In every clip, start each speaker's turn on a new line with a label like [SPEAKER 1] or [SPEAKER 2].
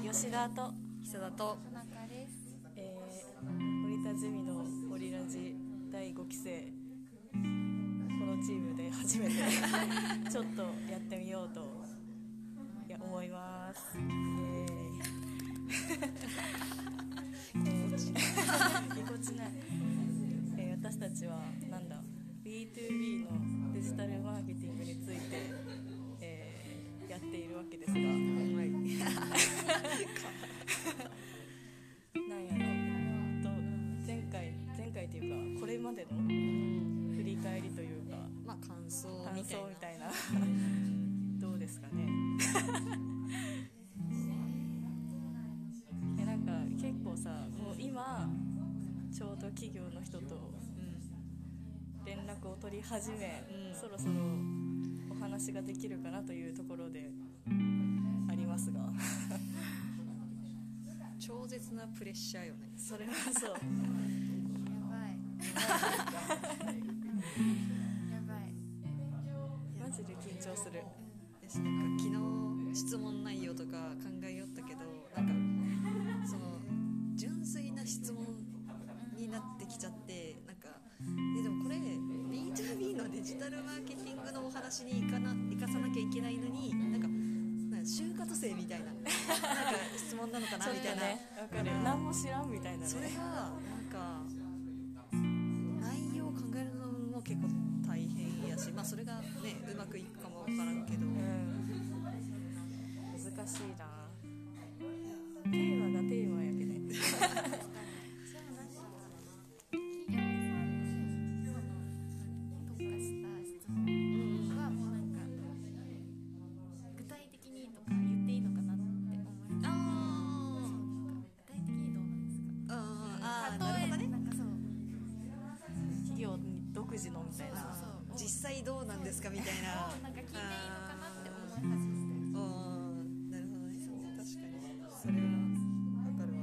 [SPEAKER 1] 吉田と
[SPEAKER 2] 久田と
[SPEAKER 3] 田中です。
[SPEAKER 1] 森田ゼミのオリラジ第5期生、このチームで初めてちょっとやってみようと思います。ぎこちない。私たちはB2B のデジタルマーケティングについて、やっているわけですが、なんやろと前回というかこれまでの振り返りというか、
[SPEAKER 2] 感想みたいな
[SPEAKER 1] どうですかね。なんか結構さ、もう今ちょうど企業の人と連絡を取り始め、そろそろお話ができるかなというところでありますが
[SPEAKER 2] 超絶なプレッシャーよね。
[SPEAKER 1] それはそう
[SPEAKER 3] やばいやばい
[SPEAKER 1] マジで緊張する。
[SPEAKER 2] 私なんか昨日質問内容とか考えよったけど、なんかその純粋な質問になってきちゃって、なんかでもこれ B2B のデジタルマーケティングのお話に生かさなきゃいけないのに、なんか就活生みたいななんか質問なのかなみたいな、
[SPEAKER 1] ね、わかる。何も知らんみたいなね。
[SPEAKER 2] それがなんか内容を考えるのも結構大変やし、それがねうまくいくかもわからんけど、
[SPEAKER 1] 難しいな。テーマがテーマやけね独自のみたいな、
[SPEAKER 2] 実際どうなんですかみたいな、
[SPEAKER 3] なんか聞いていいのかなって思い始めて。
[SPEAKER 2] なるほどね。確かにそれは分かるわ。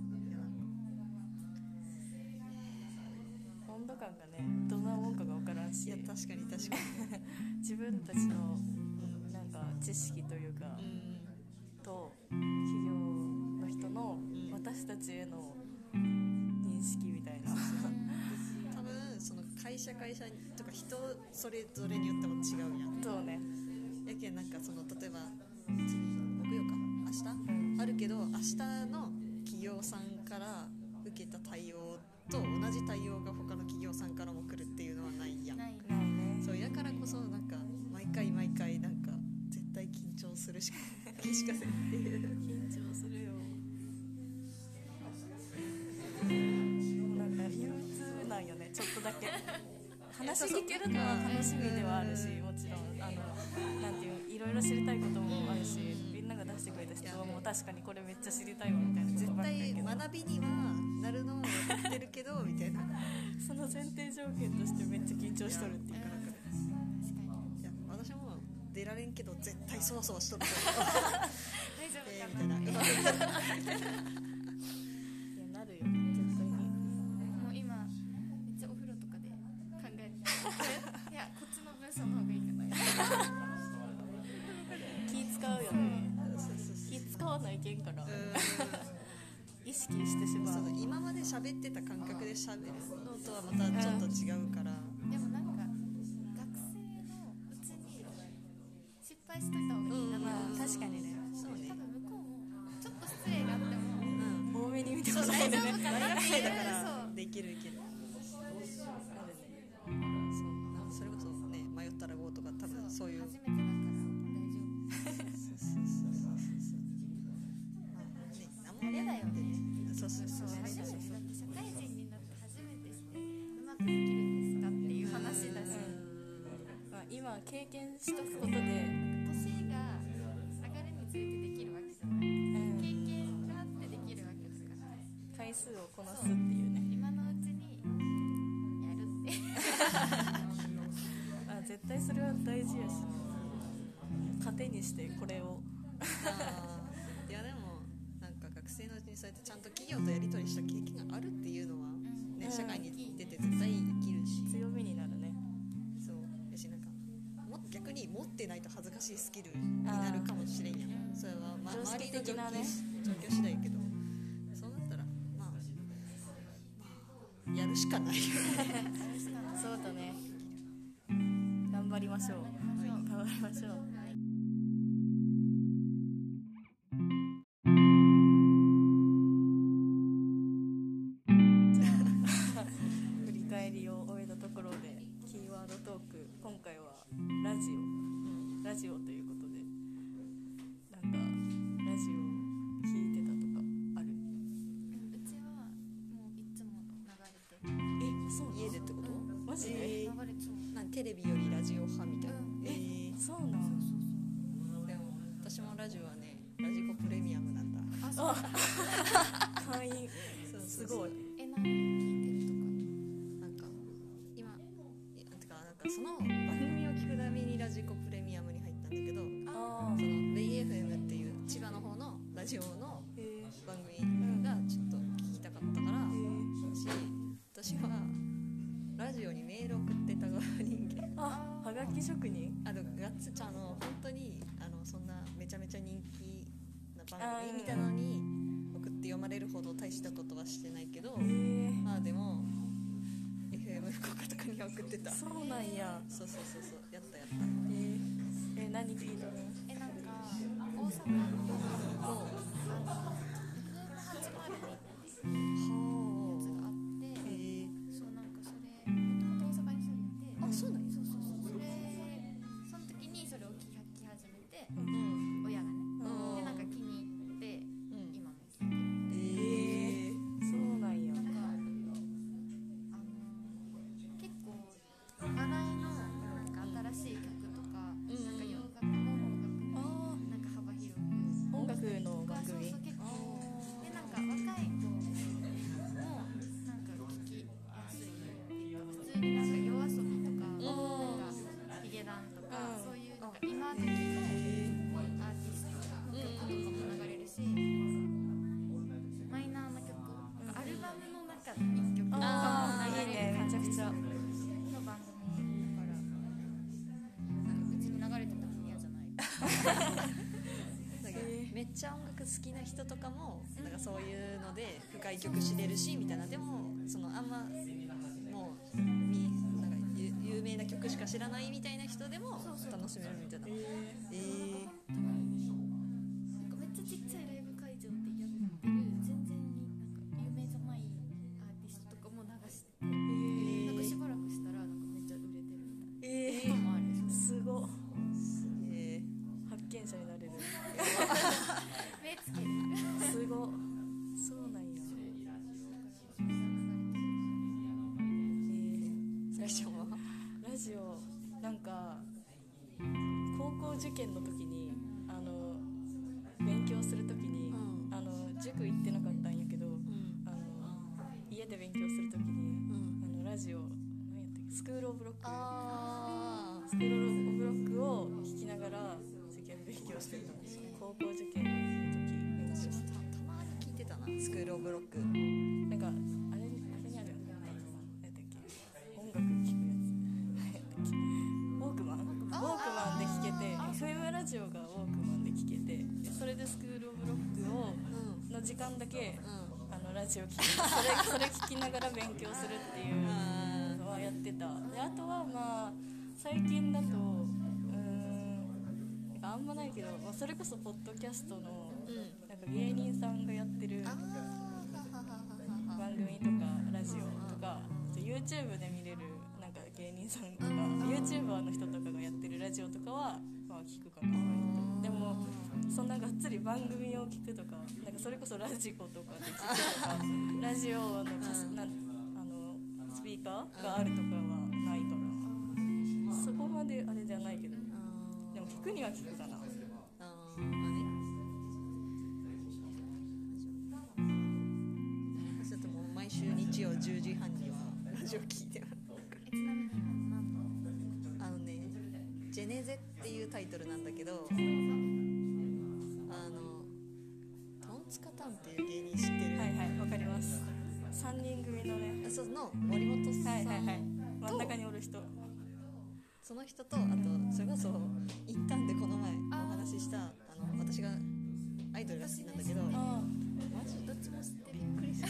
[SPEAKER 1] 温度感がね、どんなもんかが分からんし、
[SPEAKER 2] いや確かに
[SPEAKER 1] 自分たちのなんか知識というか、と企業の人の私たちへの認識みたいな
[SPEAKER 2] 多分その会社とか人それぞれによっても違うやん。
[SPEAKER 1] そうね。
[SPEAKER 2] やけんなんかその例えば次木曜か明日、あるけど明日の企業さんから受けた対応と同じ対応が他の企業さんからも来るっていうのはないやん。
[SPEAKER 1] ないね。
[SPEAKER 2] そうやからこそなんか毎回なんか絶対緊張するしかせんっていう
[SPEAKER 1] 緊張するよ。なんか憂鬱なんよね、ちょっとだけ。話聞けるのは楽しみではあるし、もちろんなんていういろいろ知りたいこともあるし、みんなが出してくれた質問も確かにこれめっちゃ知りたいわみたいな、
[SPEAKER 2] 絶対学びにはなるのは分かってるけどみたいな
[SPEAKER 1] その前提条件としてめっちゃ緊張しとるっていうか、
[SPEAKER 2] いや私も出られんけど絶対そわそわしとる
[SPEAKER 3] 大丈夫
[SPEAKER 2] みたいな
[SPEAKER 1] いやなるよ絶対に。
[SPEAKER 3] もう今めっちゃお風呂とかで考えていやこっちの文章の方がいいかな
[SPEAKER 1] 気使うよね。気使わないけんから意識してしまう。
[SPEAKER 2] 今まで喋ってた感覚で喋るのとはまたちょっと違うから、
[SPEAKER 3] でもなんか学生のうちに失敗しといた方がいいな。
[SPEAKER 1] 確かにね。
[SPEAKER 3] そうね。多分向こうもちょっと失礼があっても、
[SPEAKER 1] 多めに見てもらえるね。
[SPEAKER 3] 大丈夫かなっていう。
[SPEAKER 2] だから
[SPEAKER 3] そう
[SPEAKER 2] できるそれこそね迷ったら GO とか多分そういう
[SPEAKER 3] 初めてだから大丈夫。あれだよね。
[SPEAKER 2] そう
[SPEAKER 3] 初めてだって社会人になって初めてしてうまくできるんですかっていう話だし、
[SPEAKER 1] 今経験しとくことで
[SPEAKER 3] 年が上がるにつれてできるわけじゃない、経験があってできるわけだから
[SPEAKER 1] 回数をこなすっていうね。
[SPEAKER 3] 今のうちにやるって
[SPEAKER 1] 絶対それは大事やし、糧にしてこれを
[SPEAKER 2] いやでもなんか学生のうちにそうやってちゃんと企業とやり取りした経験があるっていうのは、ね社会に出て絶対生きるし
[SPEAKER 1] 強みになるね。
[SPEAKER 2] そうやし、なんか逆に持ってないと恥ずかしいスキルになるかもしれんやん。それは、
[SPEAKER 1] 常識
[SPEAKER 2] 周りの
[SPEAKER 1] 的なね
[SPEAKER 2] 状況次第やけど、そうなったらまあやるしかないよね
[SPEAKER 1] そうだね、頑張りましょう、頑張りましょう。振り返りを終えたところでキーワードトーク、今回はラジオということで、なんかラジオ聞いてたとかある？
[SPEAKER 3] うちはもういつも流れて
[SPEAKER 1] そうなの？
[SPEAKER 2] 家でってこと？
[SPEAKER 1] マジで？
[SPEAKER 3] 流れてそう
[SPEAKER 2] なんかテレビよりラジオ派みたいな、
[SPEAKER 1] そうなん？
[SPEAKER 2] でも私もラジオはね、ラジコプレミアムなんだ。
[SPEAKER 3] あ、そう
[SPEAKER 1] 会員すごい。
[SPEAKER 3] 何聞いてるとか
[SPEAKER 2] なんか今てかなんかその番組を聞くためにラジコプレミアムに入ったんだけど、
[SPEAKER 1] あ
[SPEAKER 2] その BayFM っていう千葉の方のラジオの番組がちょっと聞きたかったからし、私はラジオにメール送ってた側人間。
[SPEAKER 1] あ、はがき職人？
[SPEAKER 2] ガッツちゃんの本当にそんなめちゃめちゃ人気な番組みたいなのに送って読まれるほど大したことはしてないけど、まあでも FM 福岡とかには送ってた。
[SPEAKER 1] そうなんや。
[SPEAKER 2] そうやった。
[SPEAKER 1] 何聞いたの？
[SPEAKER 3] なんか大阪のめっちゃ音楽好きな人とかもなんかそういうので深い曲知れるしみたいな。でもそのあんまもうなんか有名な曲しか知らないみたいな人でも楽しめるみたいな。 なんかめっちゃちっちゃいライブ会場でやってる全然なんか有名じゃないアーティストとかも流して、なんかしばらくしたらなんかめっちゃ売れてるみたいなこともある。
[SPEAKER 1] すごっ。発見者になれる。
[SPEAKER 3] 目つける。
[SPEAKER 1] すごっ。そうなんや。
[SPEAKER 2] 最初は
[SPEAKER 1] ラジオなんか高校受験の時に勉強する時に、塾行ってなかったんやけど、家で勉強する時に、ラジオ何やったっけ、スクールオブロックを聴きながら受験勉強してた。高校受験の時勉強してた。
[SPEAKER 2] たまに聞いてたな、スクールオブロック。
[SPEAKER 1] なんかあれにあるよね、何やったっけ、音楽聴くやつ、何やったっけ、ウォークマンで聴けて、FM ラジオがウォークマンで聴けて、それでスクールオブロックの時間だけ、ラジオ聴いて、それ聴きながら勉強するっていうのはやってた。であとはまあ最近だとなんかあんまないけど、それこそポッドキャストのなんか芸人さんがやってる番組とかラジオとか、YouTube で見れるなんか芸人さんとか YouTuber の人とかがやってるラジオとかはまあ聞くかな。でもそんながっつり番組を聞くとか、なんかそれこそラジコとかで聞くとかラジオのスピーカーがあるとかはないから、そこまであれじゃないけど、でも聞くには聞くかな。
[SPEAKER 2] ちょっともう毎週日曜10時半にはラジオ聞いてます。
[SPEAKER 3] ちなみに
[SPEAKER 2] ジェネゼっていうタイトルなんだけど、トンツカタンっていう芸人知ってる？
[SPEAKER 1] はいはい、わかります。3人組のね、
[SPEAKER 2] その森本さん、
[SPEAKER 1] はいはいはい、真ん中におる人、
[SPEAKER 2] その人と、あとそれこそインターンでこの前お話しした私がアイドルが好きなんだけど、
[SPEAKER 1] あ
[SPEAKER 3] マジどっちも知ってる。
[SPEAKER 2] びっくりした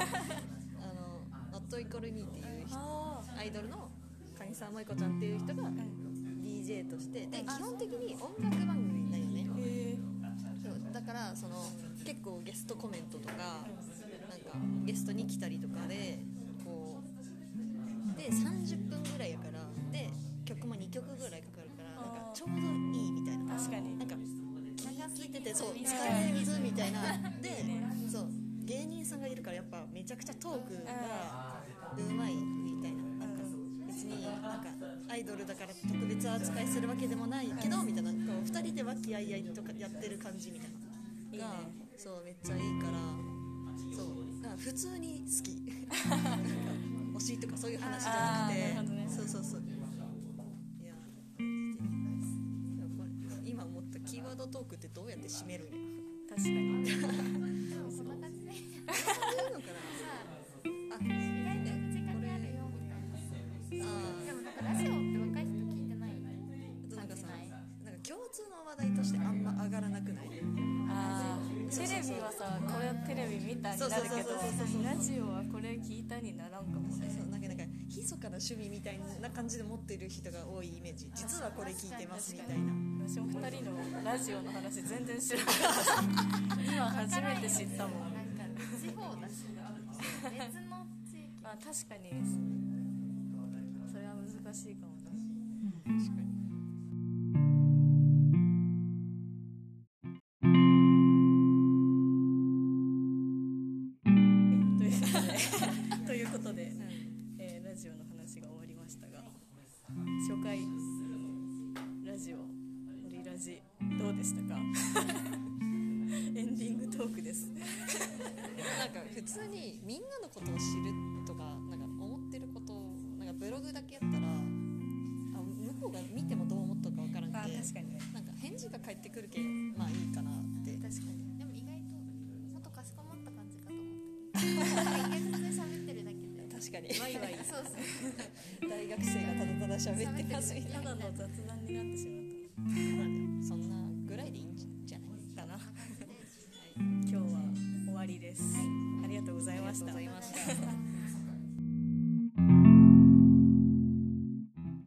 [SPEAKER 2] Not Equal Me っていう
[SPEAKER 1] あ
[SPEAKER 2] アイドルの蟹沢萌子ちゃんっていう人が DJ としてで、基本的に音楽番組だよね。
[SPEAKER 1] へえ
[SPEAKER 2] そうだからその結構ゲストコメントとかなんかゲストに来たりとかでこうで30分ぐらいやからで曲も2曲ぐらいかかるからなんかちょうどいいみたいな。
[SPEAKER 1] 確かに
[SPEAKER 2] なんか聞いててそう疲れずみたいなでそう芸人さんがいるからやっぱめちゃくちゃトークがうまいみたいな。なんか別になんかアイドルだから特別扱いするわけでもないけどみたいなこう2人で和気あいあいとかやってる感じみたいな
[SPEAKER 1] いいね
[SPEAKER 2] がそうめっちゃいいからそうだから普通に好きなんか推しとかそういう話じゃなくて
[SPEAKER 1] なるほどね
[SPEAKER 2] そうそうそういやこれ今思ったキーワードトークってどうやって締めるんや
[SPEAKER 1] 確かに
[SPEAKER 3] そんな感じで。
[SPEAKER 2] そういうのかなあ
[SPEAKER 3] 意外と口があるよみたいな。でもなんかラジオって若い人聞いてない
[SPEAKER 2] なんかさ
[SPEAKER 3] 感じない。
[SPEAKER 2] なんか共通の話題としてあんま上がらなくない
[SPEAKER 1] あーテレビはさこれテレビ見たになるけど
[SPEAKER 2] そうそうそうそう
[SPEAKER 1] ラジオはこれ聞いたにならんかもね。
[SPEAKER 2] そうなんか密かな趣味みたいな感じで持ってる人が多いイメージ実はこれ聞いてますみたいな
[SPEAKER 1] 私も2人のラジオの話全然知らなかったし今初めて知ったもん。
[SPEAKER 3] なんか地方だし別の地域。
[SPEAKER 1] まあ確かにそれは難しいかもね。
[SPEAKER 2] 確かに
[SPEAKER 1] ということで、ラジオの話が終わりましたが初回ラジオ森ラジどうでしたかエンディングトークです
[SPEAKER 2] なんか普通にみんなのことを知るとかなんか思ってることをなんかブログだけやったら向こうが見てもどう思ったか分からんけ
[SPEAKER 1] あ確かにね
[SPEAKER 2] なんか返事が返ってくるけまあいいかなって
[SPEAKER 1] 確かに
[SPEAKER 3] でも意外ともっとかしこまった感じかと思ったけど意外と普通に喋ってるだけで
[SPEAKER 2] 確かに
[SPEAKER 1] ワイワイ
[SPEAKER 3] そうそう
[SPEAKER 2] 大学生がただただ喋ってますみたいな
[SPEAKER 1] ただの雑談になってしまっ
[SPEAKER 2] まあでもそんなぐらいでいいんじゃない
[SPEAKER 1] たかな今日は終わりです、ありがとうございました。
[SPEAKER 2] ありがとうございました